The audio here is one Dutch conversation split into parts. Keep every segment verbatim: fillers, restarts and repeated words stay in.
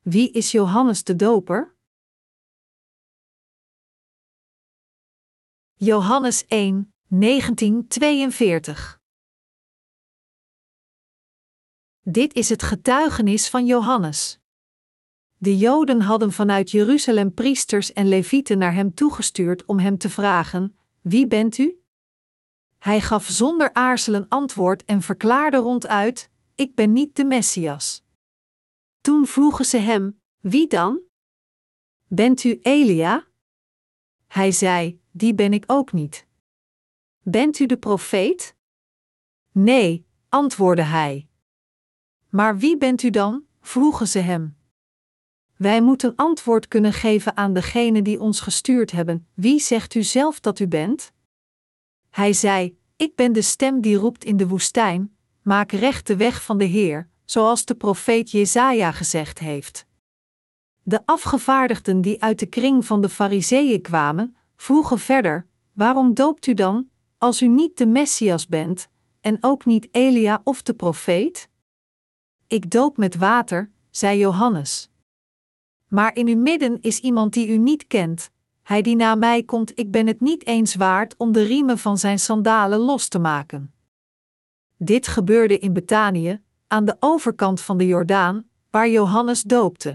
Wie is Johannes de Doper? Johannes één, negentien tweeënveertig. Dit is het getuigenis van Johannes. De Joden hadden vanuit Jeruzalem priesters en levieten naar hem toegestuurd om hem te vragen: wie bent u? Hij gaf zonder aarzelen antwoord en verklaarde ronduit: ik ben niet de Messias. Toen vroegen ze hem: wie dan? Bent u Elia? Hij zei: die ben ik ook niet. Bent u de profeet? Nee, antwoordde hij. Maar wie bent u dan? Vroegen ze hem. Wij moeten antwoord kunnen geven aan degenen die ons gestuurd hebben. Wie zegt u zelf dat u bent? Hij zei: ik ben de stem die roept in de woestijn: maak recht de weg van de Heer, zoals de profeet Jesaja gezegd heeft. De afgevaardigden die uit de kring van de Farizeeën kwamen, vroegen verder: waarom doopt u dan, als u niet de Messias bent, en ook niet Elia of de profeet? Ik doop met water, zei Johannes. Maar in uw midden is iemand die u niet kent, hij die na mij komt, ik ben het niet eens waard om de riemen van zijn sandalen los te maken. Dit gebeurde in Betanië, aan de overkant van de Jordaan, waar Johannes doopte.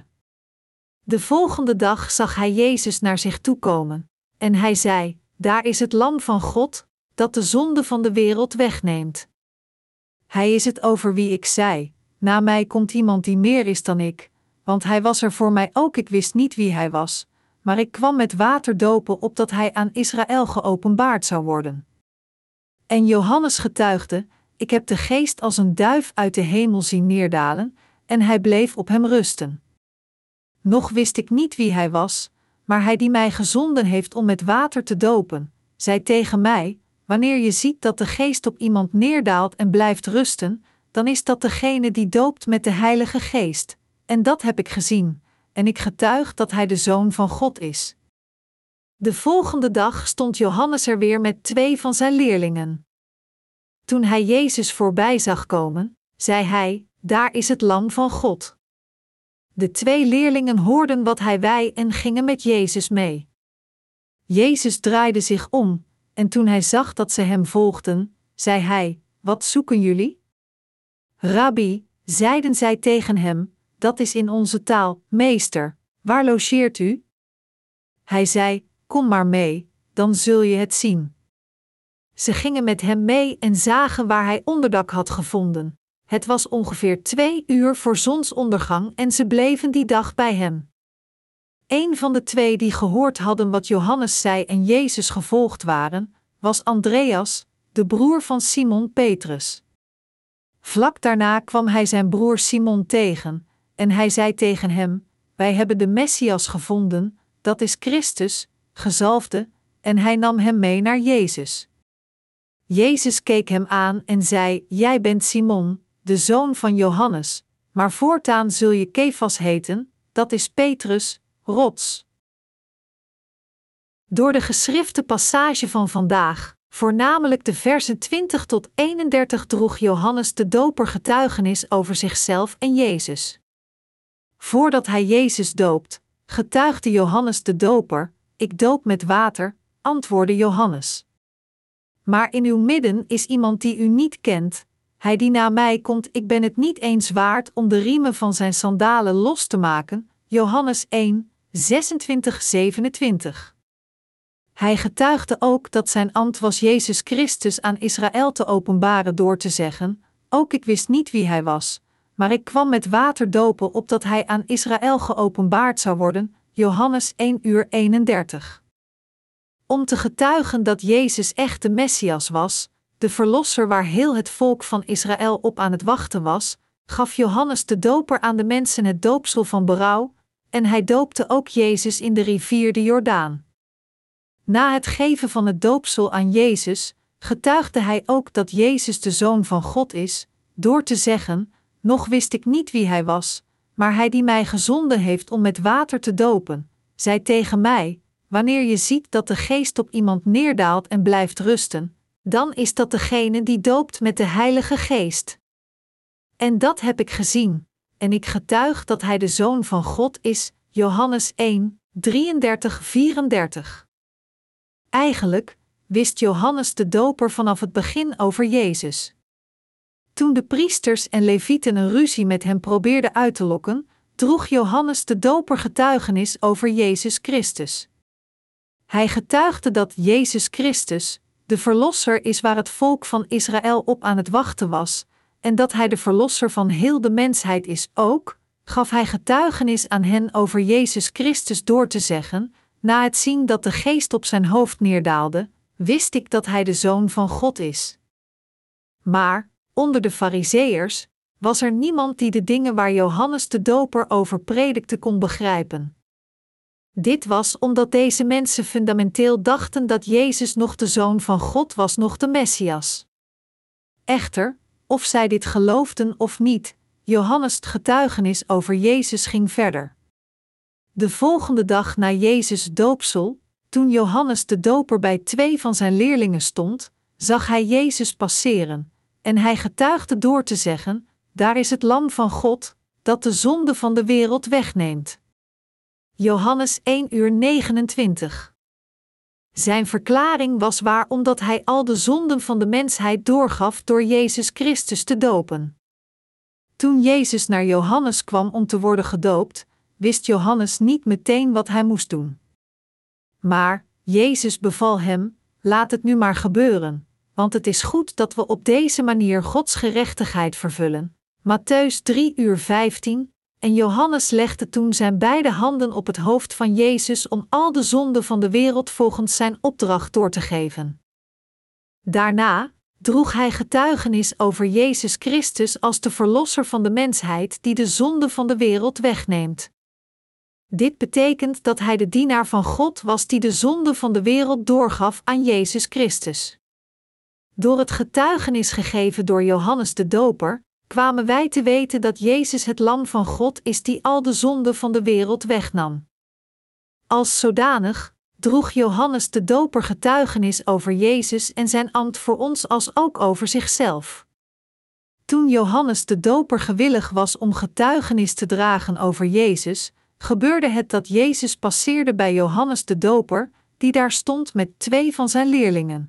De volgende dag zag hij Jezus naar zich toe komen, en hij zei: daar is het lam van God, dat de zonde van de wereld wegneemt. Hij is het over wie ik zei: na mij komt iemand die meer is dan ik, want hij was er voor mij ook, ik wist niet wie hij was, maar ik kwam met water dopen opdat hij aan Israël geopenbaard zou worden. En Johannes getuigde: ik heb de geest als een duif uit de hemel zien neerdalen, en hij bleef op hem rusten. Nog wist ik niet wie hij was, maar hij die mij gezonden heeft om met water te dopen, zei tegen mij: wanneer je ziet dat de geest op iemand neerdaalt en blijft rusten, dan is dat degene die doopt met de Heilige Geest, en dat heb ik gezien, en ik getuig dat hij de Zoon van God is. De volgende dag stond Johannes er weer met twee van zijn leerlingen. Toen hij Jezus voorbij zag komen, zei hij: daar is het lam van God. De twee leerlingen hoorden wat hij zei en gingen met Jezus mee. Jezus draaide zich om, en toen hij zag dat ze hem volgden, zei hij: wat zoeken jullie? Rabbi, zeiden zij tegen hem, dat is in onze taal: meester, waar logeert u? Hij zei: kom maar mee, dan zul je het zien. Ze gingen met hem mee en zagen waar hij onderdak had gevonden. Het was ongeveer twee uur voor zonsondergang en ze bleven die dag bij hem. Een van de twee die gehoord hadden wat Johannes zei en Jezus gevolgd waren, was Andreas, de broer van Simon Petrus. Vlak daarna kwam hij zijn broer Simon tegen, en hij zei tegen hem: wij hebben de Messias gevonden, dat is Christus, gezalfde, en hij nam hem mee naar Jezus. Jezus keek hem aan en zei: jij bent Simon, de zoon van Johannes, maar voortaan zul je Kefas heten, dat is Petrus, rots. Door de geschrifte passage van vandaag, voornamelijk de versen twintig tot eenendertig, droeg Johannes de Doper getuigenis over zichzelf en Jezus. Voordat hij Jezus doopt, getuigde Johannes de Doper: ik doop met water, antwoordde Johannes. Maar in uw midden is iemand die u niet kent, hij die na mij komt, ik ben het niet eens waard om de riemen van zijn sandalen los te maken. Johannes één, zesentwintig zevenentwintig. Hij getuigde ook dat zijn ambt was Jezus Christus aan Israël te openbaren door te zeggen: ook ik wist niet wie hij was, maar ik kwam met water dopen opdat hij aan Israël geopenbaard zou worden. Johannes één uur eenendertig. Om te getuigen dat Jezus echt de Messias was, de verlosser waar heel het volk van Israël op aan het wachten was, gaf Johannes de Doper aan de mensen het doopsel van berouw, en hij doopte ook Jezus in de rivier de Jordaan. Na het geven van het doopsel aan Jezus, getuigde hij ook dat Jezus de Zoon van God is, door te zeggen: nog wist ik niet wie hij was, maar hij die mij gezonden heeft om met water te dopen, zei tegen mij: wanneer je ziet dat de geest op iemand neerdaalt en blijft rusten, dan is dat degene die doopt met de Heilige Geest. En dat heb ik gezien, en ik getuig dat hij de Zoon van God is. Johannes één, drieëndertig tot vierendertig. Eigenlijk wist Johannes de Doper vanaf het begin over Jezus. Toen de priesters en levieten een ruzie met hem probeerden uit te lokken, droeg Johannes de Doper getuigenis over Jezus Christus. Hij getuigde dat Jezus Christus de Verlosser is waar het volk van Israël op aan het wachten was, en dat hij de Verlosser van heel de mensheid is. Ook gaf hij getuigenis aan hen over Jezus Christus door te zeggen: na het zien dat de geest op zijn hoofd neerdaalde, wist ik dat hij de Zoon van God is. Maar onder de Farizeeërs was er niemand die de dingen waar Johannes de Doper over predikte kon begrijpen. Dit was omdat deze mensen fundamenteel dachten dat Jezus nog de Zoon van God was, nog de Messias. Echter, of zij dit geloofden of niet, Johannes' getuigenis over Jezus ging verder. De volgende dag na Jezus' doopsel, toen Johannes de Doper bij twee van zijn leerlingen stond, zag hij Jezus passeren, en hij getuigde door te zeggen: daar is het Lam van God, dat de zonde van de wereld wegneemt. Johannes één uur negenentwintig. Zijn verklaring was waar omdat hij al de zonden van de mensheid doorgaf door Jezus Christus te dopen. Toen Jezus naar Johannes kwam om te worden gedoopt, wist Johannes niet meteen wat hij moest doen. Maar Jezus beval hem: laat het nu maar gebeuren, want het is goed dat we op deze manier Gods gerechtigheid vervullen. Mattheüs drie uur vijftien. En Johannes legde toen zijn beide handen op het hoofd van Jezus om al de zonden van de wereld volgens zijn opdracht door te geven. Daarna droeg hij getuigenis over Jezus Christus als de Verlosser van de mensheid die de zonde van de wereld wegneemt. Dit betekent dat hij de dienaar van God was die de zonde van de wereld doorgaf aan Jezus Christus. Door het getuigenis gegeven door Johannes de Doper kwamen wij te weten dat Jezus het Lam van God is die al de zonde van de wereld wegnam. Als zodanig droeg Johannes de Doper getuigenis over Jezus en zijn ambt voor ons als ook over zichzelf. Toen Johannes de Doper gewillig was om getuigenis te dragen over Jezus, gebeurde het dat Jezus passeerde bij Johannes de Doper, die daar stond met twee van zijn leerlingen.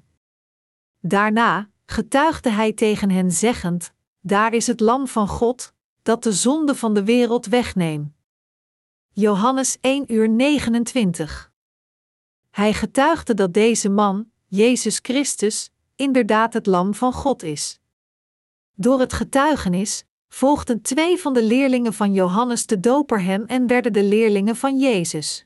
Daarna getuigde hij tegen hen zeggend: daar is het Lam van God, dat de zonde van de wereld wegneemt. Johannes één uur negenentwintig. Hij getuigde dat deze man, Jezus Christus, inderdaad het Lam van God is. Door het getuigenis volgden twee van de leerlingen van Johannes de Doper hem en werden de leerlingen van Jezus.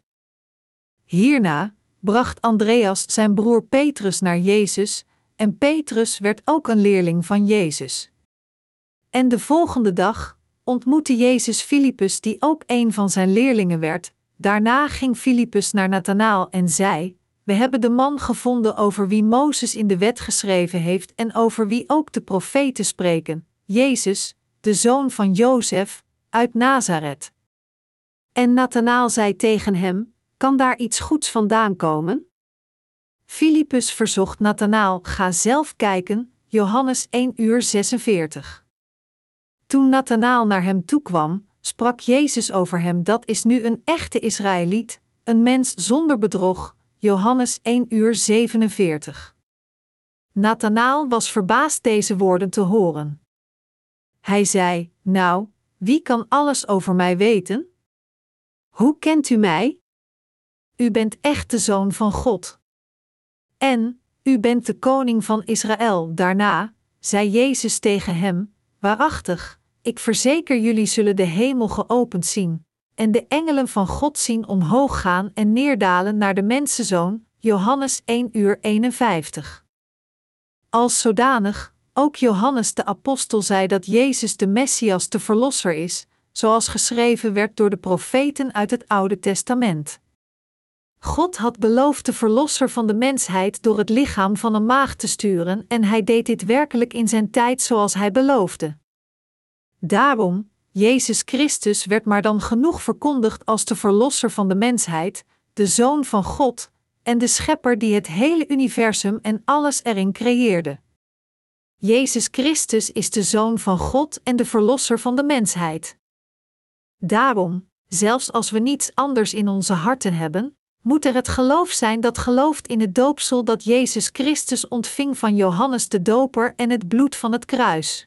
Hierna bracht Andreas zijn broer Petrus naar Jezus, en Petrus werd ook een leerling van Jezus. En de volgende dag ontmoette Jezus Filippus, die ook een van zijn leerlingen werd. Daarna ging Filippus naar Nathanael en zei: we hebben de man gevonden over wie Mozes in de wet geschreven heeft en over wie ook de profeten spreken, Jezus, de zoon van Jozef, uit Nazareth. En Nathanael zei tegen hem: kan daar iets goeds vandaan komen? Filippus verzocht Nathanael: ga zelf kijken, Johannes één uur zesenveertig. Toen Nathanael naar hem toekwam, sprak Jezus over hem: dat is nu een echte Israëliet, een mens zonder bedrog, Johannes één uur zevenenveertig. Nathanael was verbaasd deze woorden te horen. Hij zei: nou, wie kan alles over mij weten? Hoe kent u mij? U bent echt de Zoon van God. En, u bent de koning van Israël. Daarna zei Jezus tegen hem: waarachtig, ik verzeker jullie zullen de hemel geopend zien, en de engelen van God zien omhoog gaan en neerdalen naar de mensenzoon, Johannes één uur eenenvijftig. Als zodanig, ook Johannes de apostel zei dat Jezus de Messias de Verlosser is, zoals geschreven werd door de profeten uit het Oude Testament. God had beloofd de Verlosser van de mensheid door het lichaam van een maagd te sturen en hij deed dit werkelijk in zijn tijd zoals hij beloofde. Daarom, Jezus Christus werd maar dan genoeg verkondigd als de Verlosser van de mensheid, de Zoon van God, en de Schepper die het hele universum en alles erin creëerde. Jezus Christus is de Zoon van God en de Verlosser van de mensheid. Daarom, zelfs als we niets anders in onze harten hebben, moet er het geloof zijn dat gelooft in het doopsel dat Jezus Christus ontving van Johannes de Doper en het bloed van het kruis.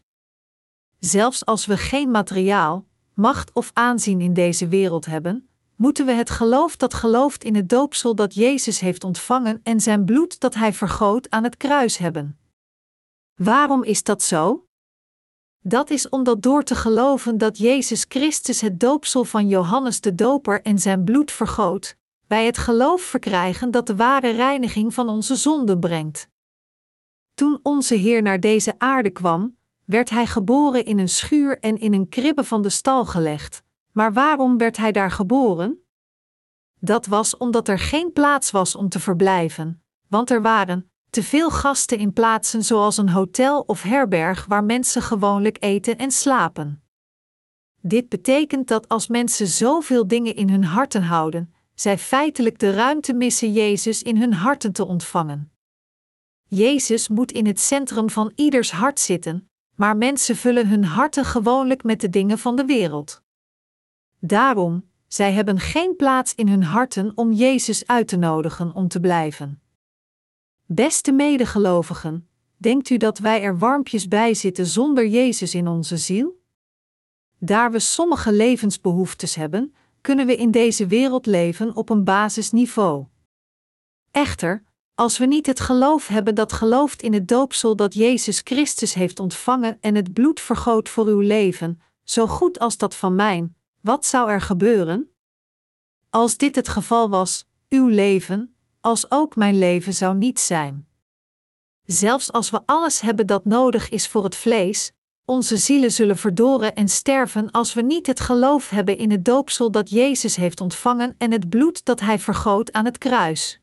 Zelfs als we geen materiaal, macht of aanzien in deze wereld hebben, moeten we het geloof dat gelooft in het doopsel dat Jezus heeft ontvangen en zijn bloed dat hij vergoot aan het kruis hebben. Waarom is dat zo? Dat is omdat door te geloven dat Jezus Christus het doopsel van Johannes de Doper en zijn bloed vergoot, wij het geloof verkrijgen dat de ware reiniging van onze zonden brengt. Toen onze Heer naar deze aarde kwam, werd hij geboren in een schuur en in een kribbe van de stal gelegd. Maar waarom werd hij daar geboren? Dat was omdat er geen plaats was om te verblijven, want er waren te veel gasten in plaatsen zoals een hotel of herberg waar mensen gewoonlijk eten en slapen. Dit betekent dat als mensen zoveel dingen in hun harten houden, zij feitelijk de ruimte missen Jezus in hun harten te ontvangen. Jezus moet in het centrum van ieders hart zitten, maar mensen vullen hun harten gewoonlijk met de dingen van de wereld. Daarom, zij hebben geen plaats in hun harten om Jezus uit te nodigen om te blijven. Beste medegelovigen, denkt u dat wij er warmpjes bij zitten zonder Jezus in onze ziel? Daar we sommige levensbehoeftes hebben, kunnen we in deze wereld leven op een basisniveau. Echter, als we niet het geloof hebben dat gelooft in het doopsel dat Jezus Christus heeft ontvangen en het bloed vergoot voor uw leven, zo goed als dat van mijn, wat zou er gebeuren? Als dit het geval was, uw leven, als ook mijn leven zou niets zijn. Zelfs als we alles hebben dat nodig is voor het vlees, onze zielen zullen verdoren en sterven als we niet het geloof hebben in het doopsel dat Jezus heeft ontvangen en het bloed dat hij vergoot aan het kruis.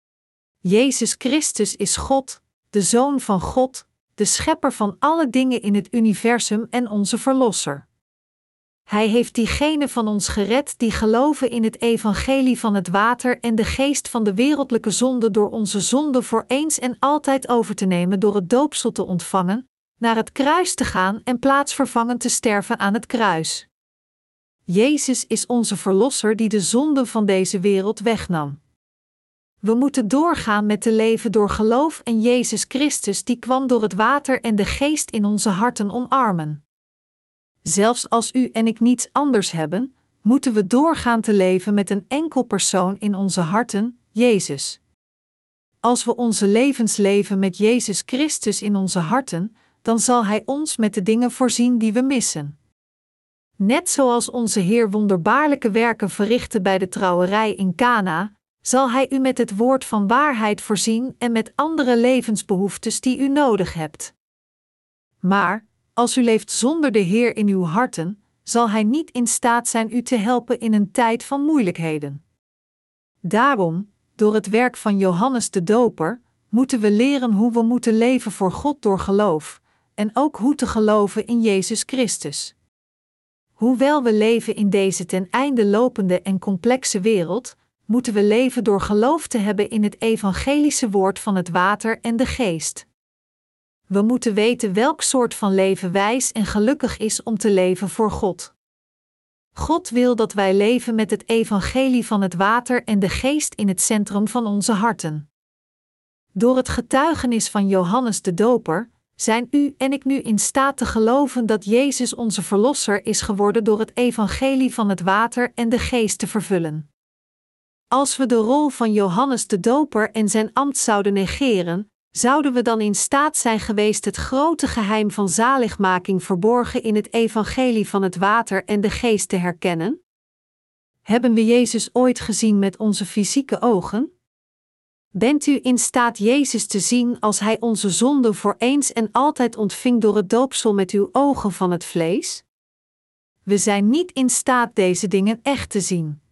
Jezus Christus is God, de Zoon van God, de schepper van alle dingen in het universum en onze verlosser. Hij heeft diegenen van ons gered die geloven in het evangelie van het water en de geest van de wereldlijke zonde door onze zonde voor eens en altijd over te nemen door het doopsel te ontvangen, naar het kruis te gaan en plaatsvervangend te sterven aan het kruis. Jezus is onze verlosser die de zonden van deze wereld wegnam. We moeten doorgaan met te leven door geloof en Jezus Christus die kwam door het water en de geest in onze harten omarmen. Zelfs als u en ik niets anders hebben, moeten we doorgaan te leven met een enkel persoon in onze harten, Jezus. Als we onze levens leven met Jezus Christus in onze harten, dan zal Hij ons met de dingen voorzien die we missen. Net zoals onze Heer wonderbaarlijke werken verrichtte bij de trouwerij in Kana, zal Hij u met het woord van waarheid voorzien en met andere levensbehoeftes die u nodig hebt. Maar, als u leeft zonder de Heer in uw harten, zal Hij niet in staat zijn u te helpen in een tijd van moeilijkheden. Daarom, door het werk van Johannes de Doper, moeten we leren hoe we moeten leven voor God door geloof, en ook hoe te geloven in Jezus Christus. Hoewel we leven in deze ten einde lopende en complexe wereld, moeten we leven door geloof te hebben in het evangelische woord van het water en de geest. We moeten weten welk soort van leven wijs en gelukkig is om te leven voor God. God wil dat wij leven met het evangelie van het water en de geest in het centrum van onze harten. Door het getuigenis van Johannes de Doper zijn u en ik nu in staat te geloven dat Jezus onze verlosser is geworden door het evangelie van het water en de geest te vervullen. Als we de rol van Johannes de Doper en zijn ambt zouden negeren, zouden we dan in staat zijn geweest het grote geheim van zaligmaking verborgen in het evangelie van het water en de geest te herkennen? Hebben we Jezus ooit gezien met onze fysieke ogen? Bent u in staat Jezus te zien als Hij onze zonden voor eens en altijd ontving door het doopsel met uw ogen van het vlees? We zijn niet in staat deze dingen echt te zien.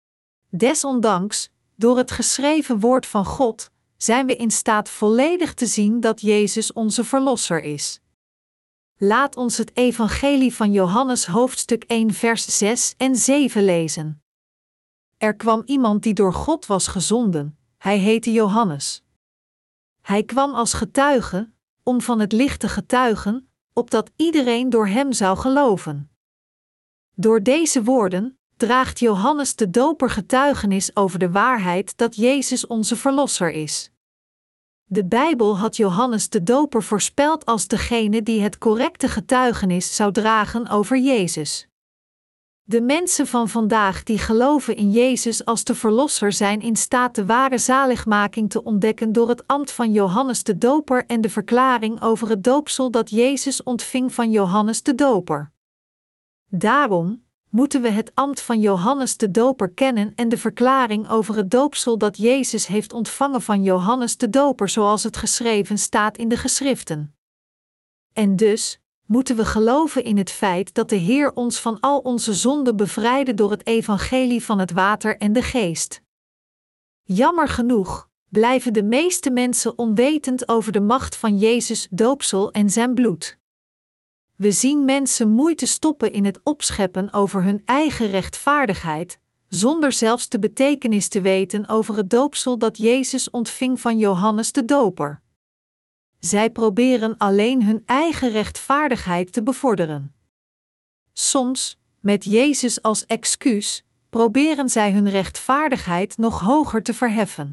Desondanks, door het geschreven woord van God, zijn we in staat volledig te zien dat Jezus onze verlosser is. Laat ons het evangelie van Johannes hoofdstuk één vers zes en zeven lezen. Er kwam iemand die door God was gezonden, hij heette Johannes. Hij kwam als getuige, om van het licht te getuigen, opdat iedereen door hem zou geloven. Door deze woorden draagt Johannes de Doper getuigenis over de waarheid dat Jezus onze Verlosser is. De Bijbel had Johannes de Doper voorspeld als degene die het correcte getuigenis zou dragen over Jezus. De mensen van vandaag die geloven in Jezus als de Verlosser zijn in staat de ware zaligmaking te ontdekken door het ambt van Johannes de Doper en de verklaring over het doopsel dat Jezus ontving van Johannes de Doper. Daarom moeten we het ambt van Johannes de Doper kennen en de verklaring over het doopsel dat Jezus heeft ontvangen van Johannes de Doper zoals het geschreven staat in de geschriften. En dus moeten we geloven in het feit dat de Heer ons van al onze zonden bevrijdde door het evangelie van het water en de geest. Jammer genoeg blijven de meeste mensen onwetend over de macht van Jezus' doopsel en zijn bloed. We zien mensen moeite stoppen in het opscheppen over hun eigen rechtvaardigheid, zonder zelfs de betekenis te weten over het doopsel dat Jezus ontving van Johannes de Doper. Zij proberen alleen hun eigen rechtvaardigheid te bevorderen. Soms, met Jezus als excuus, proberen zij hun rechtvaardigheid nog hoger te verheffen.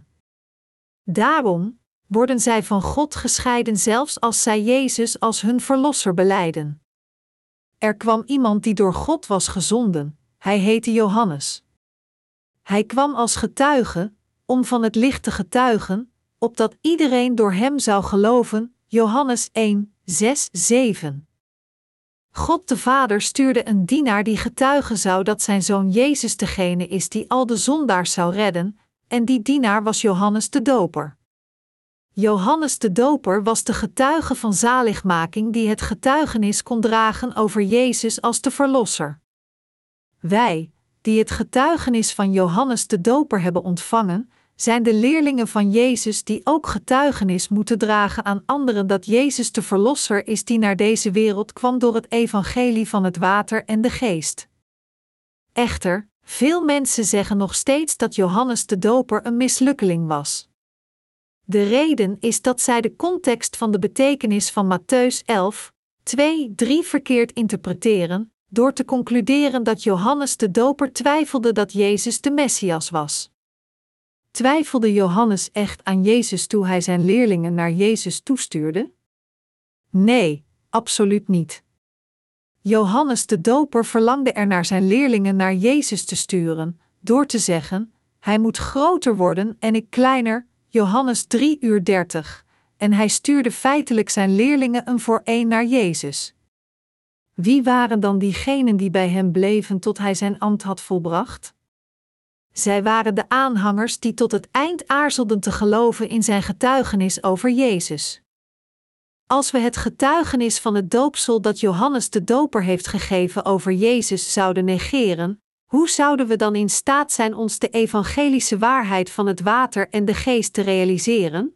Daarom worden zij van God gescheiden zelfs als zij Jezus als hun verlosser belijden. Er kwam iemand die door God was gezonden, hij heette Johannes. Hij kwam als getuige, om van het licht te getuigen, opdat iedereen door hem zou geloven, Johannes één, zes, zeven. God de Vader stuurde een dienaar die getuigen zou dat zijn zoon Jezus degene is die al de zondaars zou redden, en die dienaar was Johannes de Doper. Johannes de Doper was de getuige van zaligmaking die het getuigenis kon dragen over Jezus als de Verlosser. Wij, die het getuigenis van Johannes de Doper hebben ontvangen, zijn de leerlingen van Jezus die ook getuigenis moeten dragen aan anderen dat Jezus de Verlosser is die naar deze wereld kwam door het evangelie van het water en de geest. Echter, veel mensen zeggen nog steeds dat Johannes de Doper een mislukkeling was. De reden is dat zij de context van de betekenis van Mattheüs elf, twee, drie verkeerd interpreteren, door te concluderen dat Johannes de Doper twijfelde dat Jezus de Messias was. Twijfelde Johannes echt aan Jezus toen hij zijn leerlingen naar Jezus toestuurde? Nee, absoluut niet. Johannes de Doper verlangde er naar zijn leerlingen naar Jezus te sturen, door te zeggen, hij moet groter worden en ik kleiner, Johannes drie uur dertig, en hij stuurde feitelijk zijn leerlingen een voor één naar Jezus. Wie waren dan diegenen die bij hem bleven tot hij zijn ambt had volbracht? Zij waren de aanhangers die tot het eind aarzelden te geloven in zijn getuigenis over Jezus. Als we het getuigenis van het doopsel dat Johannes de Doper heeft gegeven over Jezus zouden negeren, hoe zouden we dan in staat zijn ons de evangelische waarheid van het water en de geest te realiseren?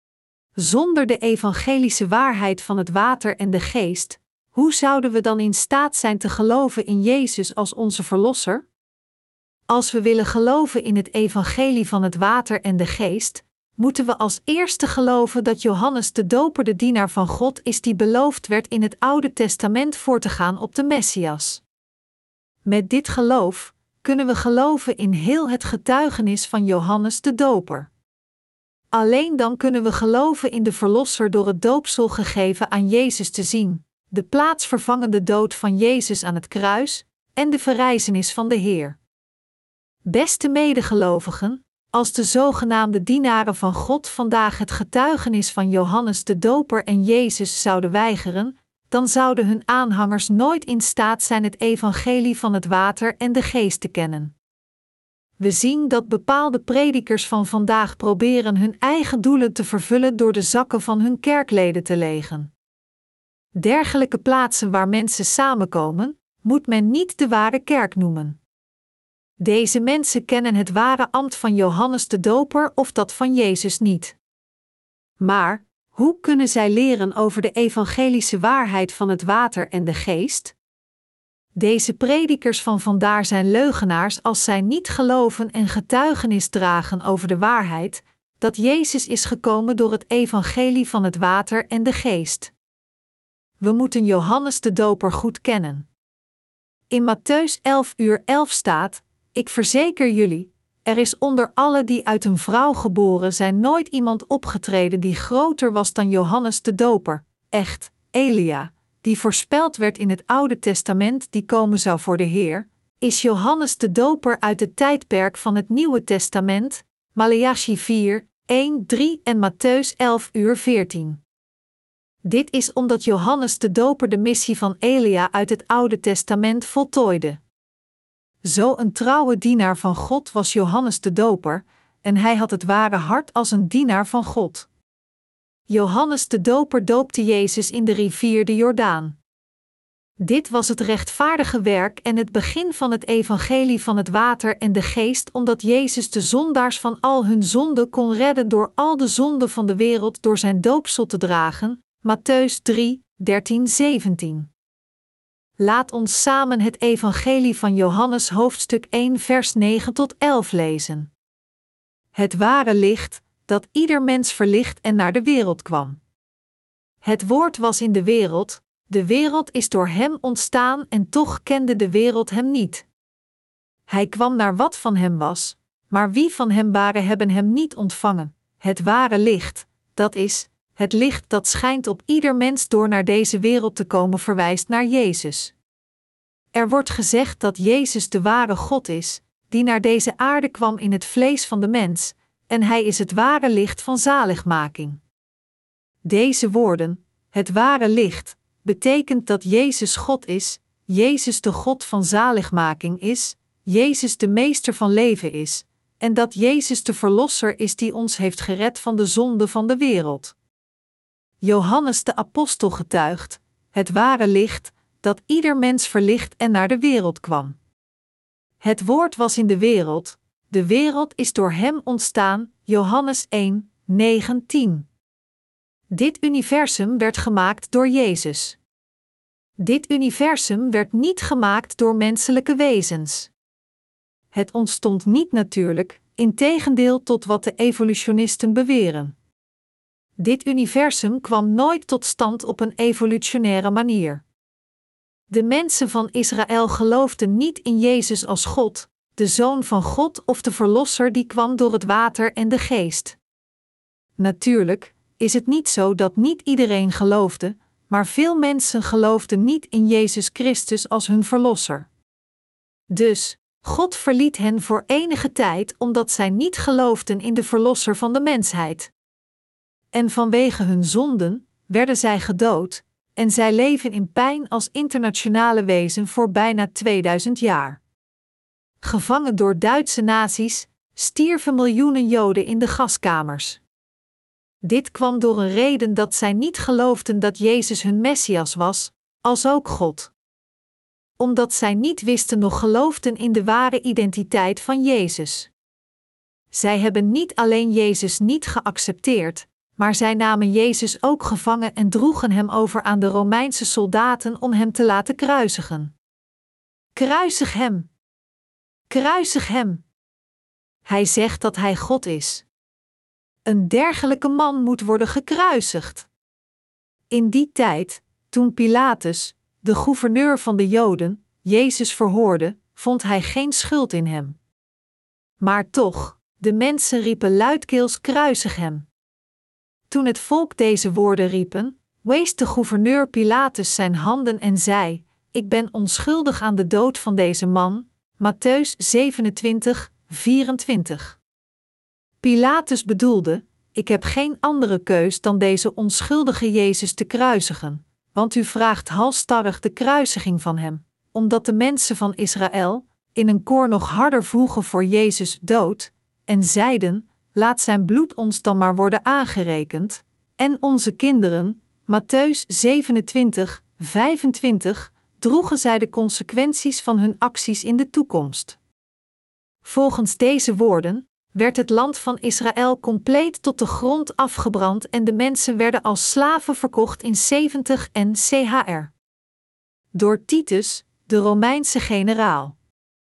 Zonder de evangelische waarheid van het water en de geest, hoe zouden we dan in staat zijn te geloven in Jezus als onze Verlosser? Als we willen geloven in het evangelie van het water en de geest, moeten we als eerste geloven dat Johannes de Doper de dienaar van God is die beloofd werd in het Oude Testament voor te gaan op de Messias. Met dit geloof kunnen we geloven in heel het getuigenis van Johannes de Doper. Alleen dan kunnen we geloven in de Verlosser door het doopsel gegeven aan Jezus te zien, de plaatsvervangende dood van Jezus aan het kruis en de verrijzenis van de Heer. Beste medegelovigen, als de zogenaamde dienaren van God vandaag het getuigenis van Johannes de Doper en Jezus zouden weigeren, dan zouden hun aanhangers nooit in staat zijn het evangelie van het water en de geest te kennen. We zien dat bepaalde predikers van vandaag proberen hun eigen doelen te vervullen door de zakken van hun kerkleden te legen. Dergelijke plaatsen waar mensen samenkomen, moet men niet de ware kerk noemen. Deze mensen kennen het ware ambt van Johannes de Doper of dat van Jezus niet. Maar hoe kunnen zij leren over de evangelische waarheid van het water en de geest? Deze predikers van vandaar zijn leugenaars als zij niet geloven en getuigenis dragen over de waarheid, dat Jezus is gekomen door het evangelie van het water en de geest. We moeten Johannes de Doper goed kennen. In Mattheüs elf uur elf staat: Ik verzeker jullie, er is onder alle die uit een vrouw geboren zijn nooit iemand opgetreden die groter was dan Johannes de Doper, echt, Elia, die voorspeld werd in het Oude Testament die komen zou voor de Heer, is Johannes de Doper uit het tijdperk van het Nieuwe Testament, Maleachi vier, een, drie en Mattheüs elf uur veertien. Dit is omdat Johannes de Doper de missie van Elia uit het Oude Testament voltooide. Zo een trouwe dienaar van God was Johannes de Doper, en hij had het ware hart als een dienaar van God. Johannes de Doper doopte Jezus in de rivier de Jordaan. Dit was het rechtvaardige werk en het begin van het evangelie van het water en de geest, omdat Jezus de zondaars van al hun zonden kon redden door al de zonden van de wereld door zijn doopsel te dragen, Mattheüs drie, dertien, zeventien. Laat ons samen het evangelie van Johannes hoofdstuk één vers negen tot elf lezen. Het ware licht, dat ieder mens verlicht en naar de wereld kwam. Het woord was in de wereld, de wereld is door hem ontstaan en toch kende de wereld hem niet. Hij kwam naar wat van hem was, maar wie van hem waren hebben hem niet ontvangen. Het ware licht, dat is, het licht dat schijnt op ieder mens door naar deze wereld te komen verwijst naar Jezus. Er wordt gezegd dat Jezus de ware God is, die naar deze aarde kwam in het vlees van de mens, en hij is het ware licht van zaligmaking. Deze woorden, het ware licht, betekent dat Jezus God is, Jezus de God van zaligmaking is, Jezus de meester van leven is, en dat Jezus de verlosser is die ons heeft gered van de zonde van de wereld. Johannes de apostel getuigt, het ware licht, dat ieder mens verlicht en naar de wereld kwam. Het woord was in de wereld, de wereld is door hem ontstaan, Johannes één, negen, tien. Dit universum werd gemaakt door Jezus. Dit universum werd niet gemaakt door menselijke wezens. Het ontstond niet natuurlijk, integendeel tot wat de evolutionisten beweren. Dit universum kwam nooit tot stand op een evolutionaire manier. De mensen van Israël geloofden niet in Jezus als God, de Zoon van God of de Verlosser die kwam door het water en de geest. Natuurlijk is het niet zo dat niet iedereen geloofde, maar veel mensen geloofden niet in Jezus Christus als hun Verlosser. Dus, God verliet hen voor enige tijd omdat zij niet geloofden in de Verlosser van de mensheid. En vanwege hun zonden werden zij gedood, en zij leven in pijn als internationale wezen voor bijna tweeduizend jaar. Gevangen door Duitse nazi's, stierven miljoenen Joden in de gaskamers. Dit kwam door een reden dat zij niet geloofden dat Jezus hun Messias was, als ook God. Omdat zij niet wisten noch geloofden in de ware identiteit van Jezus. Zij hebben niet alleen Jezus niet geaccepteerd, maar zij namen Jezus ook gevangen en droegen hem over aan de Romeinse soldaten om hem te laten kruisigen. Kruisig hem! Kruisig hem! Hij zegt dat hij God is. Een dergelijke man moet worden gekruisigd. In die tijd, toen Pilatus, de gouverneur van de Joden, Jezus verhoorde, vond hij geen schuld in hem. Maar toch, de mensen riepen luidkeels: kruisig hem! Toen het volk deze woorden riepen, wees de gouverneur Pilatus zijn handen en zei: Ik ben onschuldig aan de dood van deze man. Mattheüs zevenentwintig, vierentwintig. Pilatus bedoelde: Ik heb geen andere keus dan deze onschuldige Jezus te kruisigen, want u vraagt halsstarrig de kruisiging van hem, omdat de mensen van Israël in een koor nog harder vroegen voor Jezus dood, en zeiden: Laat zijn bloed ons dan maar worden aangerekend, en onze kinderen. Mattheüs zevenentwintig, vijfentwintig, droegen zij de consequenties van hun acties in de toekomst. Volgens deze woorden werd het land van Israël compleet tot de grond afgebrand en de mensen werden als slaven verkocht in zeventig en C H R. Door Titus, de Romeinse generaal.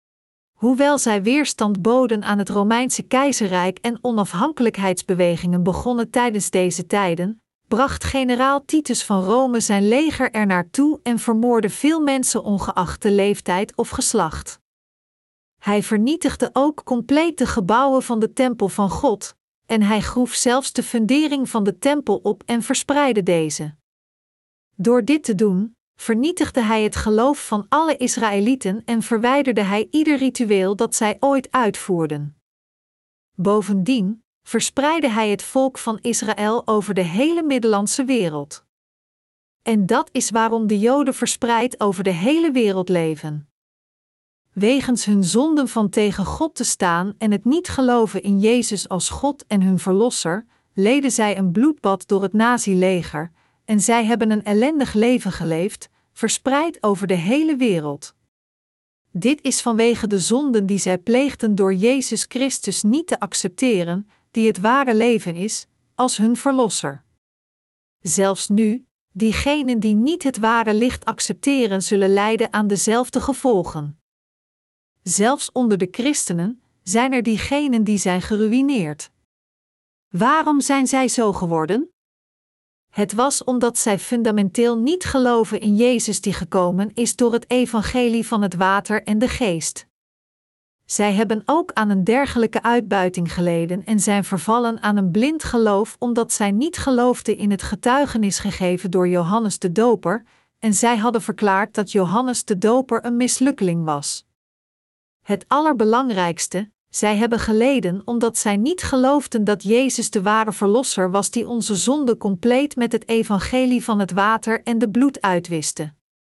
Hoewel zij weerstand boden aan het Romeinse keizerrijk en onafhankelijkheidsbewegingen begonnen tijdens deze tijden, bracht generaal Titus van Rome zijn leger er naartoe en vermoordde veel mensen ongeacht de leeftijd of geslacht. Hij vernietigde ook compleet de gebouwen van de tempel van God, en hij groef zelfs de fundering van de tempel op en verspreidde deze. Door dit te doen, vernietigde hij het geloof van alle Israëlieten en verwijderde hij ieder ritueel dat zij ooit uitvoerden. Bovendien verspreidde hij het volk van Israël over de hele Middellandse wereld. En dat is waarom de Joden verspreid over de hele wereld leven. Wegens hun zonden van tegen God te staan en het niet geloven in Jezus als God en hun verlosser, leden zij een bloedbad door het nazi-leger, en zij hebben een ellendig leven geleefd, verspreid over de hele wereld. Dit is vanwege de zonden die zij pleegden door Jezus Christus niet te accepteren, die het ware leven is, als hun verlosser. Zelfs nu, diegenen die niet het ware licht accepteren, zullen lijden aan dezelfde gevolgen. Zelfs onder de christenen zijn er diegenen die zijn geruïneerd. Waarom zijn zij zo geworden? Het was omdat zij fundamenteel niet geloven in Jezus die gekomen is door het evangelie van het water en de geest. Zij hebben ook aan een dergelijke uitbuiting geleden en zijn vervallen aan een blind geloof omdat zij niet geloofden in het getuigenis gegeven door Johannes de Doper, en zij hadden verklaard dat Johannes de Doper een mislukkeling was. Het allerbelangrijkste, zij hebben geleden omdat zij niet geloofden dat Jezus de ware verlosser was die onze zonde compleet met het evangelie van het water en de bloed uitwiste.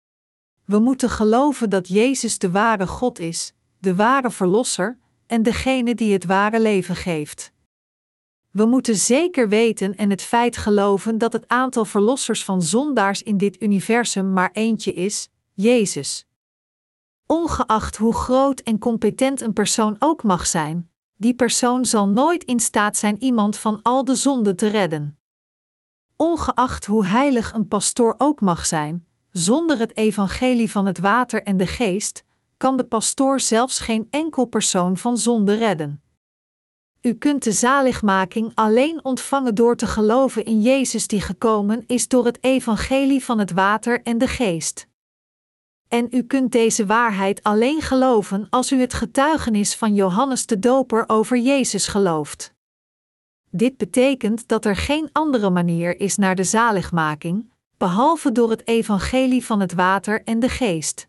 We moeten geloven dat Jezus de ware God is, de ware verlosser, en degene die het ware leven geeft. We moeten zeker weten en het feit geloven dat het aantal verlossers van zondaars in dit universum maar eentje is, Jezus. Ongeacht hoe groot en competent een persoon ook mag zijn, die persoon zal nooit in staat zijn iemand van al de zonden te redden. Ongeacht hoe heilig een pastoor ook mag zijn, zonder het evangelie van het water en de geest, kan de pastoor zelfs geen enkel persoon van zonde redden. U kunt de zaligmaking alleen ontvangen door te geloven in Jezus die gekomen is door het evangelie van het water en de geest. En u kunt deze waarheid alleen geloven als u het getuigenis van Johannes de Doper over Jezus gelooft. Dit betekent dat er geen andere manier is naar de zaligmaking, behalve door het evangelie van het water en de geest.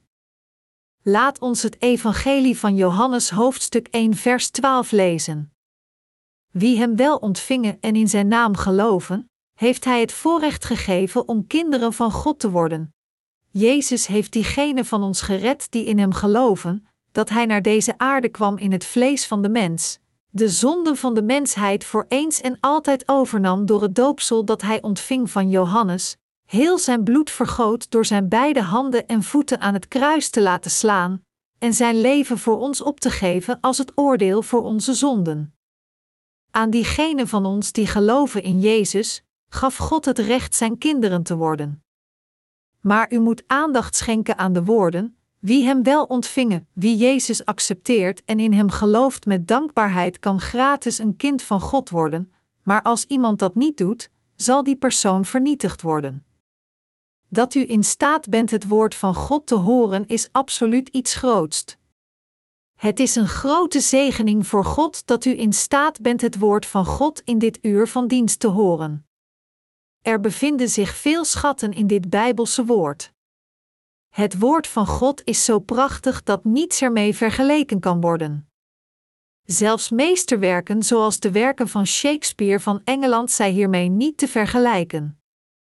Laat ons het evangelie van Johannes hoofdstuk één vers twaalf lezen. Wie hem wel ontvingen en in zijn naam geloven, heeft hij het voorrecht gegeven om kinderen van God te worden. Jezus heeft diegenen van ons gered die in hem geloven, dat hij naar deze aarde kwam in het vlees van de mens, de zonden van de mensheid voor eens en altijd overnam door het doopsel dat hij ontving van Johannes, heel zijn bloed vergoot door zijn beide handen en voeten aan het kruis te laten slaan, en zijn leven voor ons op te geven als het oordeel voor onze zonden. Aan diegenen van ons die geloven in Jezus, gaf God het recht zijn kinderen te worden. Maar u moet aandacht schenken aan de woorden, wie hem wel ontvingen, wie Jezus accepteert en in hem gelooft met dankbaarheid kan gratis een kind van God worden, maar als iemand dat niet doet, zal die persoon vernietigd worden. Dat u in staat bent het woord van God te horen is absoluut iets groots. Het is een grote zegening voor God dat u in staat bent het woord van God in dit uur van dienst te horen. Er bevinden zich veel schatten in dit Bijbelse woord. Het woord van God is zo prachtig dat niets ermee vergeleken kan worden. Zelfs meesterwerken zoals de werken van Shakespeare van Engeland zijn hiermee niet te vergelijken.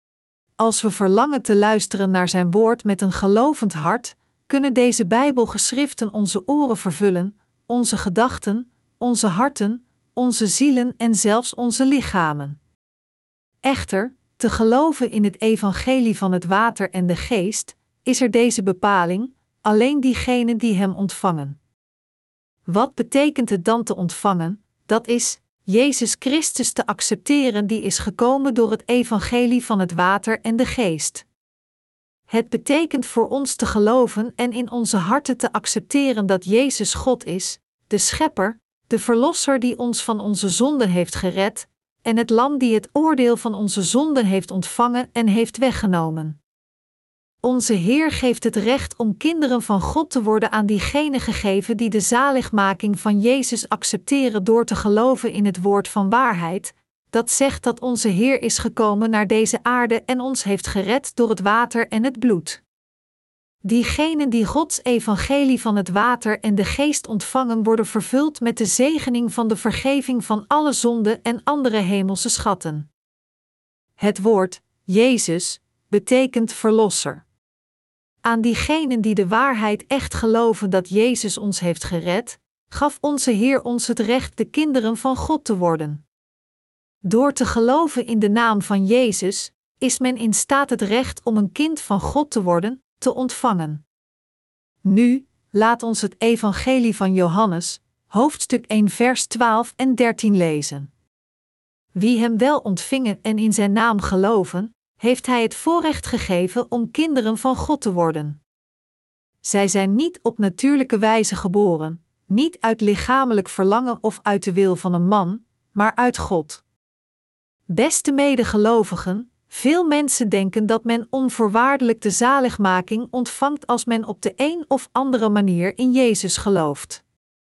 Als we verlangen te luisteren naar zijn woord met een gelovend hart, kunnen deze Bijbelgeschriften onze oren vervullen, onze gedachten, onze harten, onze zielen en zelfs onze lichamen. Echter, te geloven in het evangelie van het water en de geest, is er deze bepaling, alleen diegenen die hem ontvangen. Wat betekent het dan te ontvangen? Dat is, Jezus Christus te accepteren die is gekomen door het evangelie van het water en de geest. Het betekent voor ons te geloven en in onze harten te accepteren dat Jezus God is, de Schepper, de Verlosser die ons van onze zonden heeft gered, en het lam die het oordeel van onze zonden heeft ontvangen en heeft weggenomen. Onze Heer geeft het recht om kinderen van God te worden aan diegenen gegeven die de zaligmaking van Jezus accepteren door te geloven in het woord van waarheid, dat zegt dat onze Heer is gekomen naar deze aarde en ons heeft gered door het water en het bloed. Diegenen die Gods evangelie van het water en de geest ontvangen worden vervuld met de zegening van de vergeving van alle zonden en andere hemelse schatten. Het woord, Jezus, betekent verlosser. Aan diegenen die de waarheid echt geloven dat Jezus ons heeft gered, gaf onze Heer ons het recht de kinderen van God te worden. Door te geloven in de naam van Jezus, is men in staat het recht om een kind van God te worden, te ontvangen. Nu, laat ons het evangelie van Johannes, hoofdstuk één vers twaalf en dertien lezen. Wie hem wel ontvingen en in zijn naam geloven, heeft hij het voorrecht gegeven om kinderen van God te worden. Zij zijn niet op natuurlijke wijze geboren, niet uit lichamelijk verlangen of uit de wil van een man, maar uit God. Beste medegelovigen, veel mensen denken dat men onvoorwaardelijk de zaligmaking ontvangt als men op de een of andere manier in Jezus gelooft.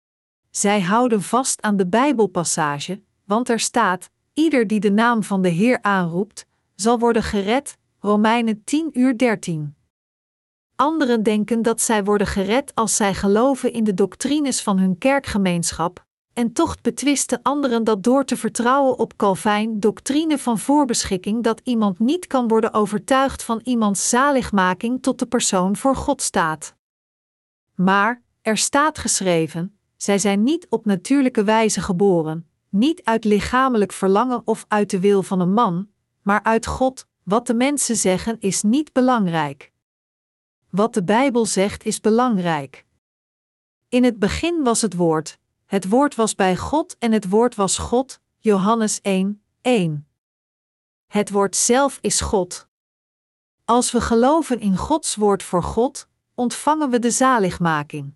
Zij houden vast aan de Bijbelpassage, want er staat: ieder die de naam van de Heer aanroept, zal worden gered, Romeinen tien uur dertien. Anderen denken dat zij worden gered als zij geloven in de doctrines van hun kerkgemeenschap, en toch betwisten anderen dat door te vertrouwen op Calvijn doctrine van voorbeschikking dat iemand niet kan worden overtuigd van iemands zaligmaking tot de persoon voor God staat. Maar, er staat geschreven, zij zijn niet op natuurlijke wijze geboren, niet uit lichamelijk verlangen of uit de wil van een man, maar uit God. Wat de mensen zeggen is niet belangrijk. Wat de Bijbel zegt is belangrijk. In het begin was het woord, het woord was bij God en het woord was God, Johannes één, één. Het woord zelf is God. Als we geloven in Gods woord voor God, ontvangen we de zaligmaking.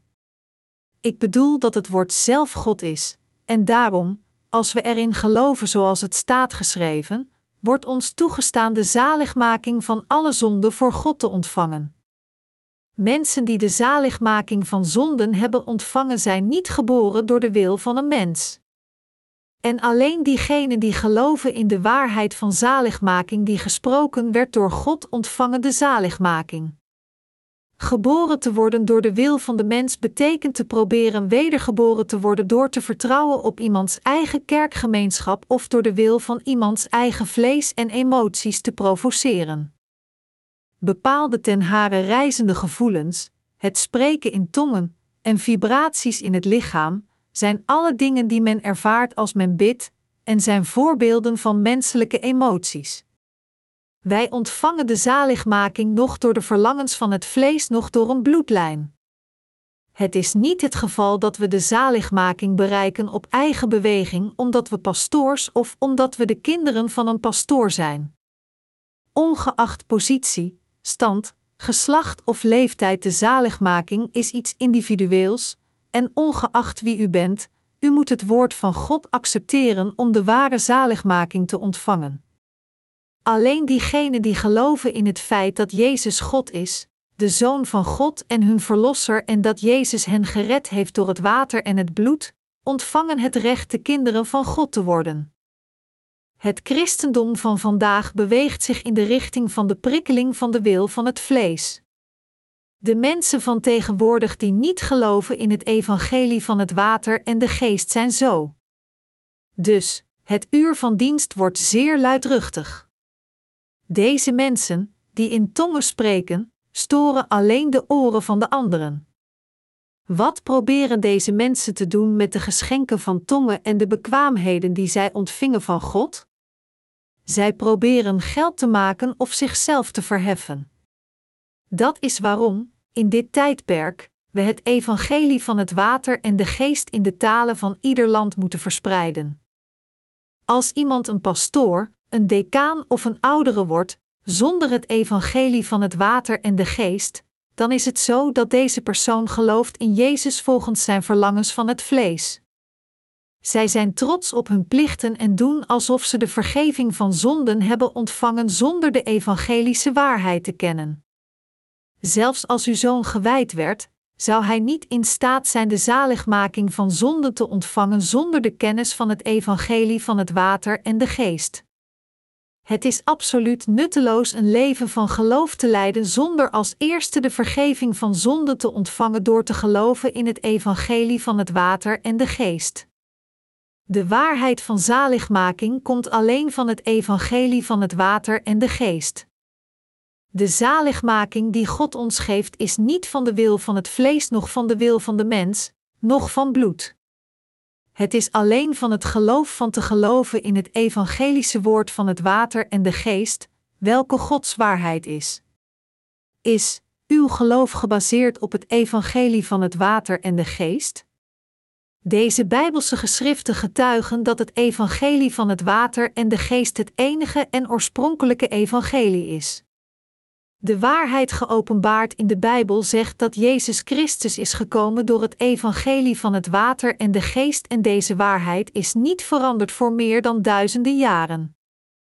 Ik bedoel dat het woord zelf God is, en daarom, als we erin geloven zoals het staat geschreven, wordt ons toegestaan de zaligmaking van alle zonden voor God te ontvangen. Mensen die de zaligmaking van zonden hebben ontvangen zijn niet geboren door de wil van een mens. En alleen diegenen die geloven in de waarheid van zaligmaking die gesproken werd door God ontvangen de zaligmaking. Geboren te worden door de wil van de mens betekent te proberen wedergeboren te worden door te vertrouwen op iemands eigen kerkgemeenschap of door de wil van iemands eigen vlees en emoties te provoceren. Bepaalde ten hare reizende gevoelens, het spreken in tongen en vibraties in het lichaam, zijn alle dingen die men ervaart als men bidt, en zijn voorbeelden van menselijke emoties. Wij ontvangen de zaligmaking nog door de verlangens van het vlees, nog door een bloedlijn. Het is niet het geval dat we de zaligmaking bereiken op eigen beweging omdat we pastoors of omdat we de kinderen van een pastoor zijn. Ongeacht positie, stand, geslacht of leeftijd, de zaligmaking is iets individueels, en ongeacht wie u bent, u moet het woord van God accepteren om de ware zaligmaking te ontvangen. Alleen diegenen die geloven in het feit dat Jezus God is, de Zoon van God en hun Verlosser en dat Jezus hen gered heeft door het water en het bloed, ontvangen het recht de kinderen van God te worden. Het christendom van vandaag beweegt zich in de richting van de prikkeling van de wil van het vlees. De mensen van tegenwoordig die niet geloven in het evangelie van het water en de geest zijn zo. Dus, het uur van dienst wordt zeer luidruchtig. Deze mensen, die in tongen spreken, storen alleen de oren van de anderen. Wat proberen deze mensen te doen met de geschenken van tongen en de bekwaamheden die zij ontvingen van God? Zij proberen geld te maken of zichzelf te verheffen. Dat is waarom, in dit tijdperk, we het evangelie van het water en de geest in de talen van ieder land moeten verspreiden. Als iemand een pastoor, een decaan of een oudere wordt, zonder het evangelie van het water en de geest, dan is het zo dat deze persoon gelooft in Jezus volgens zijn verlangens van het vlees. Zij zijn trots op hun plichten en doen alsof ze de vergeving van zonden hebben ontvangen zonder de evangelische waarheid te kennen. Zelfs als uw zoon gewijd werd, zou hij niet in staat zijn de zaligmaking van zonden te ontvangen zonder de kennis van het evangelie van het water en de geest. Het is absoluut nutteloos een leven van geloof te leiden zonder als eerste de vergeving van zonden te ontvangen door te geloven in het evangelie van het water en de geest. De waarheid van zaligmaking komt alleen van het evangelie van het water en de geest. De zaligmaking die God ons geeft is niet van de wil van het vlees, noch van de wil van de mens, noch van bloed. Het is alleen van het geloof van te geloven in het evangelische woord van het water en de geest, welke Gods waarheid is. Is uw geloof gebaseerd op het evangelie van het water en de geest? Deze Bijbelse geschriften getuigen dat het evangelie van het water en de geest het enige en oorspronkelijke evangelie is. De waarheid geopenbaard in de Bijbel zegt dat Jezus Christus is gekomen door het evangelie van het water en de geest en deze waarheid is niet veranderd voor meer dan duizenden jaren.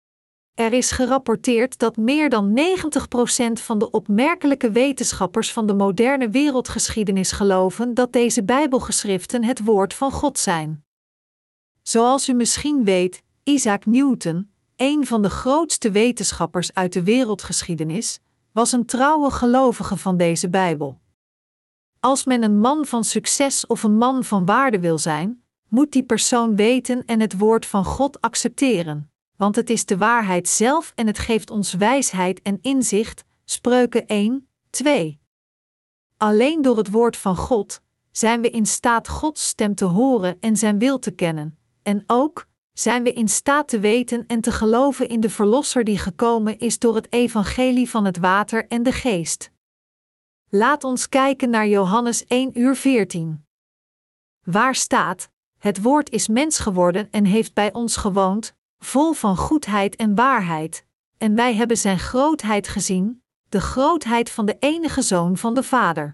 Er is gerapporteerd dat meer dan negentig procent van de opmerkelijke wetenschappers van de moderne wereldgeschiedenis geloven dat deze Bijbelgeschriften het woord van God zijn. Zoals u misschien weet, Isaac Newton, een van de grootste wetenschappers uit de wereldgeschiedenis, was een trouwe gelovige van deze Bijbel. Als men een man van succes of een man van waarde wil zijn, moet die persoon weten en het woord van God accepteren, want het is de waarheid zelf en het geeft ons wijsheid en inzicht, Spreuken één, twee. Alleen door het woord van God zijn we in staat Gods stem te horen en zijn wil te kennen, en ook zijn we in staat te weten en te geloven in de Verlosser die gekomen is door het evangelie van het water en de geest. Laat ons kijken naar Johannes één uur veertien. Waar staat, het woord is mens geworden en heeft bij ons gewoond, vol van goedheid en waarheid, en wij hebben zijn grootheid gezien, de grootheid van de enige Zoon van de Vader.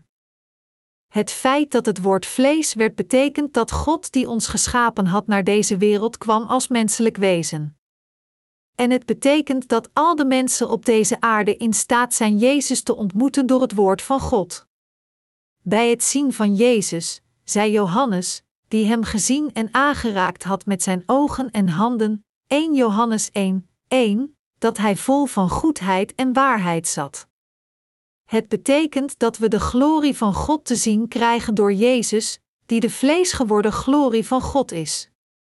Het feit dat het woord vlees werd betekent dat God die ons geschapen had naar deze wereld kwam als menselijk wezen. En het betekent dat al de mensen op deze aarde in staat zijn Jezus te ontmoeten door het woord van God. Bij het zien van Jezus, zei Johannes, die hem gezien en aangeraakt had met zijn ogen en handen, eerste Johannes één, één, dat hij vol van goedheid en waarheid zat. Het betekent dat we de glorie van God te zien krijgen door Jezus, die de vleesgeworden glorie van God is.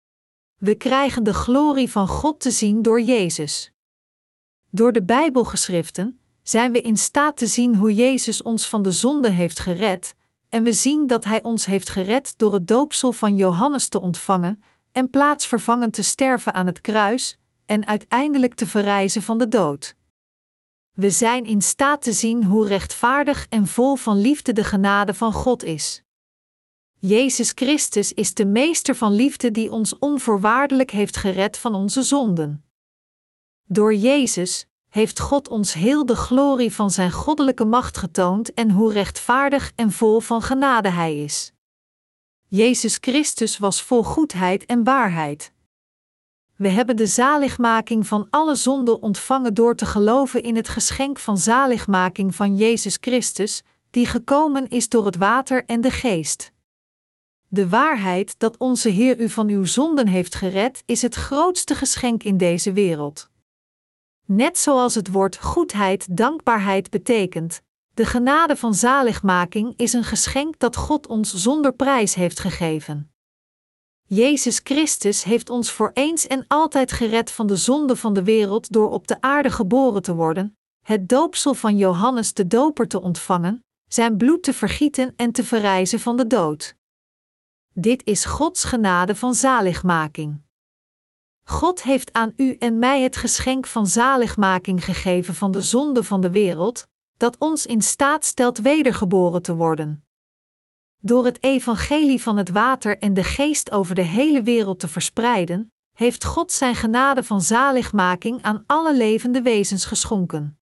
We krijgen de glorie van God te zien door Jezus. Door de Bijbelgeschriften zijn we in staat te zien hoe Jezus ons van de zonde heeft gered, en we zien dat Hij ons heeft gered door het doopsel van Johannes te ontvangen en plaatsvervangend te sterven aan het kruis en uiteindelijk te verrijzen van de dood. We zijn in staat te zien hoe rechtvaardig en vol van liefde de genade van God is. Jezus Christus is de meester van liefde die ons onvoorwaardelijk heeft gered van onze zonden. Door Jezus heeft God ons heel de glorie van zijn goddelijke macht getoond en hoe rechtvaardig en vol van genade Hij is. Jezus Christus was vol goedheid en waarheid. We hebben de zaligmaking van alle zonden ontvangen door te geloven in het geschenk van zaligmaking van Jezus Christus, die gekomen is door het water en de geest. De waarheid dat onze Heer u van uw zonden heeft gered, is het grootste geschenk in deze wereld. Net zoals het woord goedheid dankbaarheid betekent, de genade van zaligmaking is een geschenk dat God ons zonder prijs heeft gegeven. Jezus Christus heeft ons voor eens en altijd gered van de zonde van de wereld door op de aarde geboren te worden, het doopsel van Johannes de Doper te ontvangen, zijn bloed te vergieten en te verrijzen van de dood. Dit is Gods genade van zaligmaking. God heeft aan u en mij het geschenk van zaligmaking gegeven van de zonde van de wereld, dat ons in staat stelt wedergeboren te worden. Door het evangelie van het water en de geest over de hele wereld te verspreiden, heeft God zijn genade van zaligmaking aan alle levende wezens geschonken.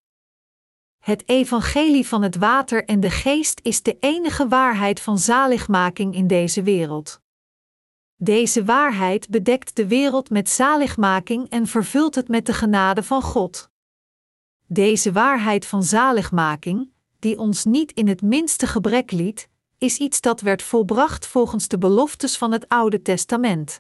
Het evangelie van het water en de geest is de enige waarheid van zaligmaking in deze wereld. Deze waarheid bedekt de wereld met zaligmaking en vervult het met de genade van God. Deze waarheid van zaligmaking, die ons niet in het minste gebrek liet, is iets dat werd volbracht volgens de beloftes van het Oude Testament.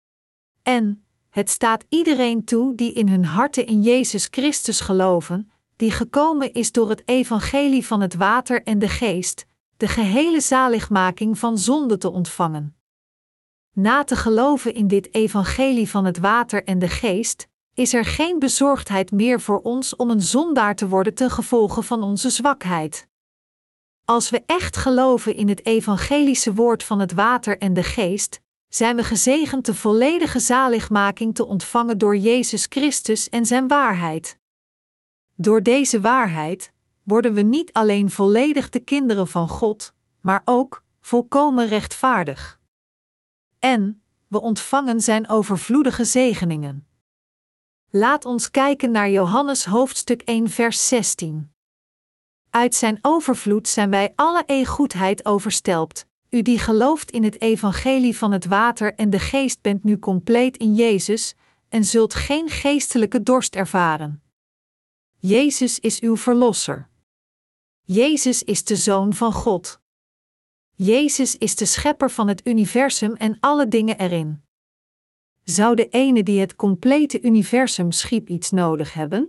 En het staat iedereen toe die in hun harten in Jezus Christus geloven, die gekomen is door het evangelie van het water en de geest, de gehele zaligmaking van zonde te ontvangen. Na te geloven in dit evangelie van het water en de geest, is er geen bezorgdheid meer voor ons om een zondaar te worden ten gevolge van onze zwakheid. Als we echt geloven in het evangelische woord van het water en de geest, zijn we gezegend de volledige zaligmaking te ontvangen door Jezus Christus en zijn waarheid. Door deze waarheid worden we niet alleen volledig de kinderen van God, maar ook volkomen rechtvaardig. En we ontvangen zijn overvloedige zegeningen. Laat ons kijken naar Johannes hoofdstuk één vers zestien. Uit zijn overvloed zijn wij alle e-goedheid overstelpt. U die gelooft in het evangelie van het water en de geest bent nu compleet in Jezus en zult geen geestelijke dorst ervaren. Jezus is uw verlosser. Jezus is de Zoon van God. Jezus is de schepper van het universum en alle dingen erin. Zou de ene die het complete universum schiep iets nodig hebben?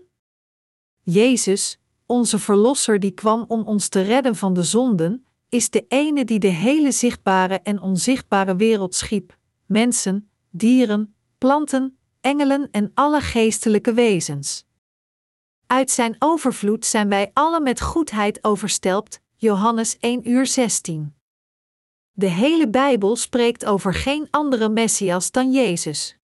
Jezus, onze verlosser die kwam om ons te redden van de zonden, is de ene die de hele zichtbare en onzichtbare wereld schiep, mensen, dieren, planten, engelen en alle geestelijke wezens. Uit zijn overvloed zijn wij alle met goedheid overstelpt, Johannes één uur zestien. De hele Bijbel spreekt over geen andere Messias dan Jezus.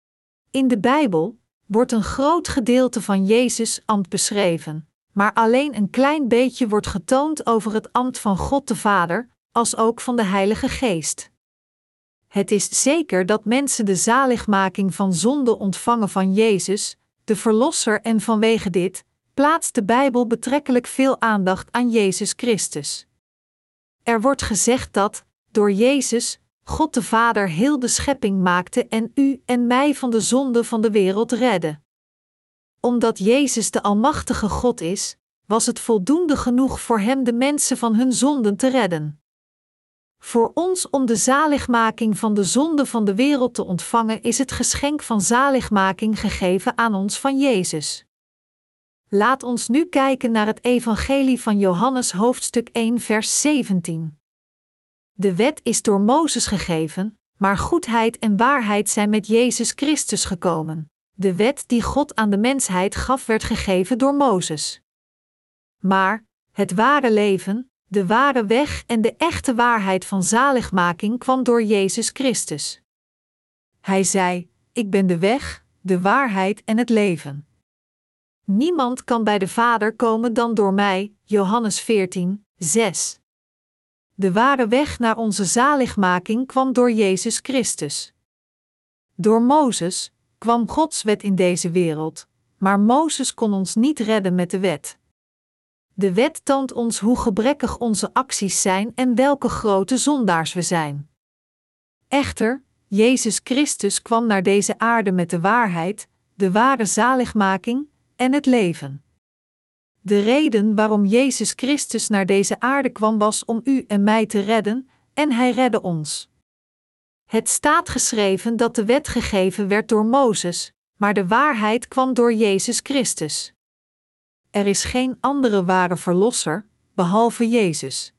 In de Bijbel wordt een groot gedeelte van Jezus' ambt beschreven, maar alleen een klein beetje wordt getoond over het ambt van God de Vader, als ook van de Heilige Geest. Het is zeker dat mensen de zaligmaking van zonde ontvangen van Jezus, de Verlosser, en vanwege dit plaatst de Bijbel betrekkelijk veel aandacht aan Jezus Christus. Er wordt gezegd dat, door Jezus, God de Vader heel de schepping maakte en u en mij van de zonde van de wereld redde. Omdat Jezus de Almachtige God is, was het voldoende genoeg voor hem de mensen van hun zonden te redden. Voor ons om de zaligmaking van de zonde van de wereld te ontvangen is het geschenk van zaligmaking gegeven aan ons van Jezus. Laat ons nu kijken naar het evangelie van Johannes hoofdstuk één vers zeventien. De wet is door Mozes gegeven, maar goedheid en waarheid zijn met Jezus Christus gekomen. De wet die God aan de mensheid gaf werd gegeven door Mozes. Maar het ware leven, de ware weg en de echte waarheid van zaligmaking kwam door Jezus Christus. Hij zei: Ik ben de weg, de waarheid en het leven. Niemand kan bij de Vader komen dan door mij, Johannes veertien, zes. De ware weg naar onze zaligmaking kwam door Jezus Christus. Door Mozes kwam Gods wet in deze wereld, maar Mozes kon ons niet redden met de wet. De wet toont ons hoe gebrekkig onze acties zijn en welke grote zondaars we zijn. Echter, Jezus Christus kwam naar deze aarde met de waarheid, de ware zaligmaking en het leven. De reden waarom Jezus Christus naar deze aarde kwam was om u en mij te redden, en hij redde ons. Het staat geschreven dat de wet gegeven werd door Mozes, maar de waarheid kwam door Jezus Christus. Er is geen andere ware verlosser, behalve Jezus.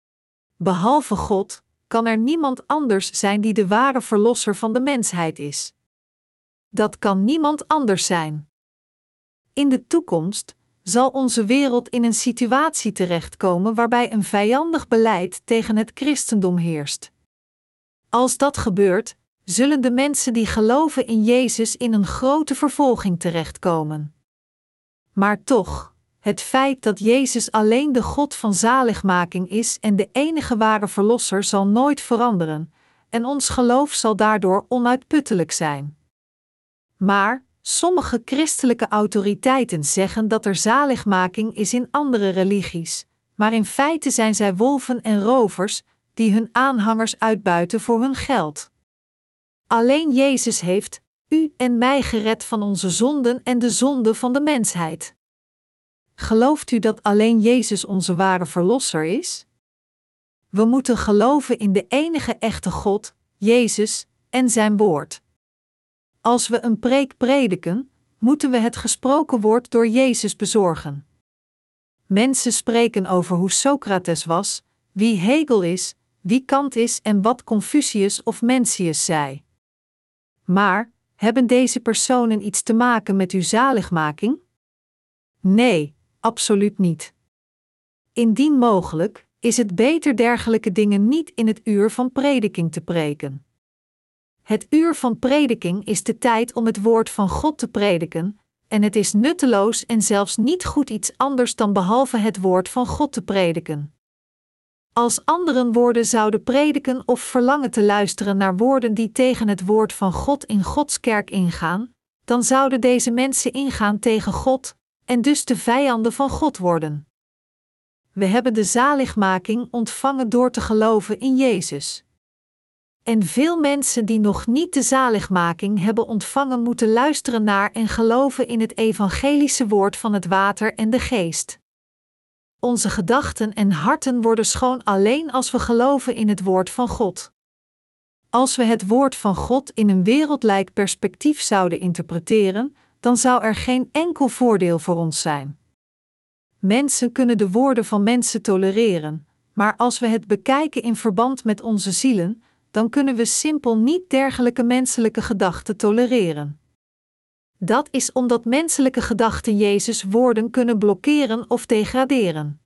Behalve God, kan er niemand anders zijn die de ware verlosser van de mensheid is. Dat kan niemand anders zijn. In de toekomst zal onze wereld in een situatie terechtkomen waarbij een vijandig beleid tegen het christendom heerst. Als dat gebeurt, zullen de mensen die geloven in Jezus in een grote vervolging terechtkomen. Maar toch, het feit dat Jezus alleen de God van zaligmaking is en de enige ware verlosser zal nooit veranderen, en ons geloof zal daardoor onuitputtelijk zijn. Maar sommige christelijke autoriteiten zeggen dat er zaligmaking is in andere religies, maar in feite zijn zij wolven en rovers die hun aanhangers uitbuiten voor hun geld. alleen Jezus heeft u en mij gered van onze zonden en de zonde van de mensheid. Gelooft u dat alleen Jezus onze ware verlosser is? We moeten geloven in de enige echte God, Jezus, en zijn woord. Als we een preek prediken, moeten we het gesproken woord door Jezus bezorgen. Mensen spreken over hoe Socrates was, wie Hegel is, wie Kant is en wat Confucius of Mencius zei. Maar, hebben deze personen iets te maken met uw zaligmaking? Nee, absoluut niet. Indien mogelijk, is het beter dergelijke dingen niet in het uur van prediking te preken. Het uur van prediking is de tijd om het woord van God te prediken, en het is nutteloos en zelfs niet goed iets anders dan behalve het woord van God te prediken. Als anderen woorden zouden prediken of verlangen te luisteren naar woorden die tegen het woord van God in Gods kerk ingaan, dan zouden deze mensen ingaan tegen God, en dus de vijanden van God worden. We hebben de zaligmaking ontvangen door te geloven in Jezus. En veel mensen die nog niet de zaligmaking hebben ontvangen moeten luisteren naar en geloven in het evangelische woord van het water en de geest. Onze gedachten en harten worden schoon alleen als we geloven in het woord van God. Als we het woord van God in een wereldlijk perspectief zouden interpreteren, dan zou er geen enkel voordeel voor ons zijn. Mensen kunnen de woorden van mensen tolereren, maar als we het bekijken in verband met onze zielen, dan kunnen we simpel niet dergelijke menselijke gedachten tolereren. Dat is omdat menselijke gedachten Jezus' woorden kunnen blokkeren of degraderen.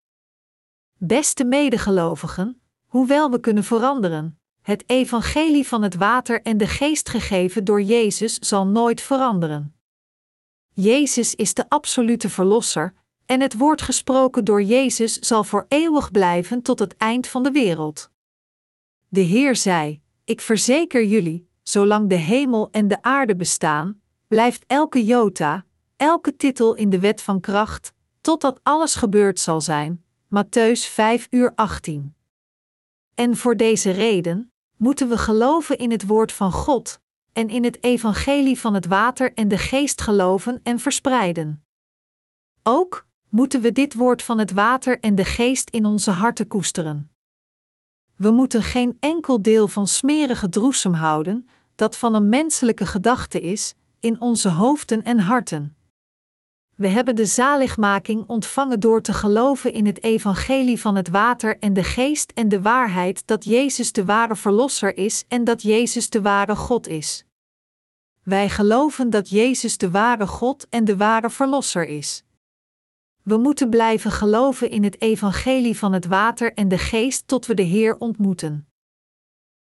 Beste medegelovigen, hoewel we kunnen veranderen, het evangelie van het water en de geest gegeven door Jezus zal nooit veranderen. Jezus is de absolute verlosser, en het woord gesproken door Jezus zal voor eeuwig blijven tot het eind van de wereld. De Heer zei: Ik verzeker jullie, zolang de hemel en de aarde bestaan, blijft elke jota, elke titel in de wet van kracht, totdat alles gebeurd zal zijn. Mattheüs vijf uur achttien. En voor deze reden moeten we geloven in het woord van God en in het evangelie van het water en de geest geloven en verspreiden. Ook moeten we dit woord van het water en de geest in onze harten koesteren. We moeten geen enkel deel van smerige droesem houden, dat van een menselijke gedachte is, in onze hoofden en harten. We hebben de zaligmaking ontvangen door te geloven in het evangelie van het water en de geest en de waarheid dat Jezus de ware verlosser is en dat Jezus de ware God is. Wij geloven dat Jezus de ware God en de ware verlosser is. We moeten blijven geloven in het evangelie van het water en de geest tot we de Heer ontmoeten.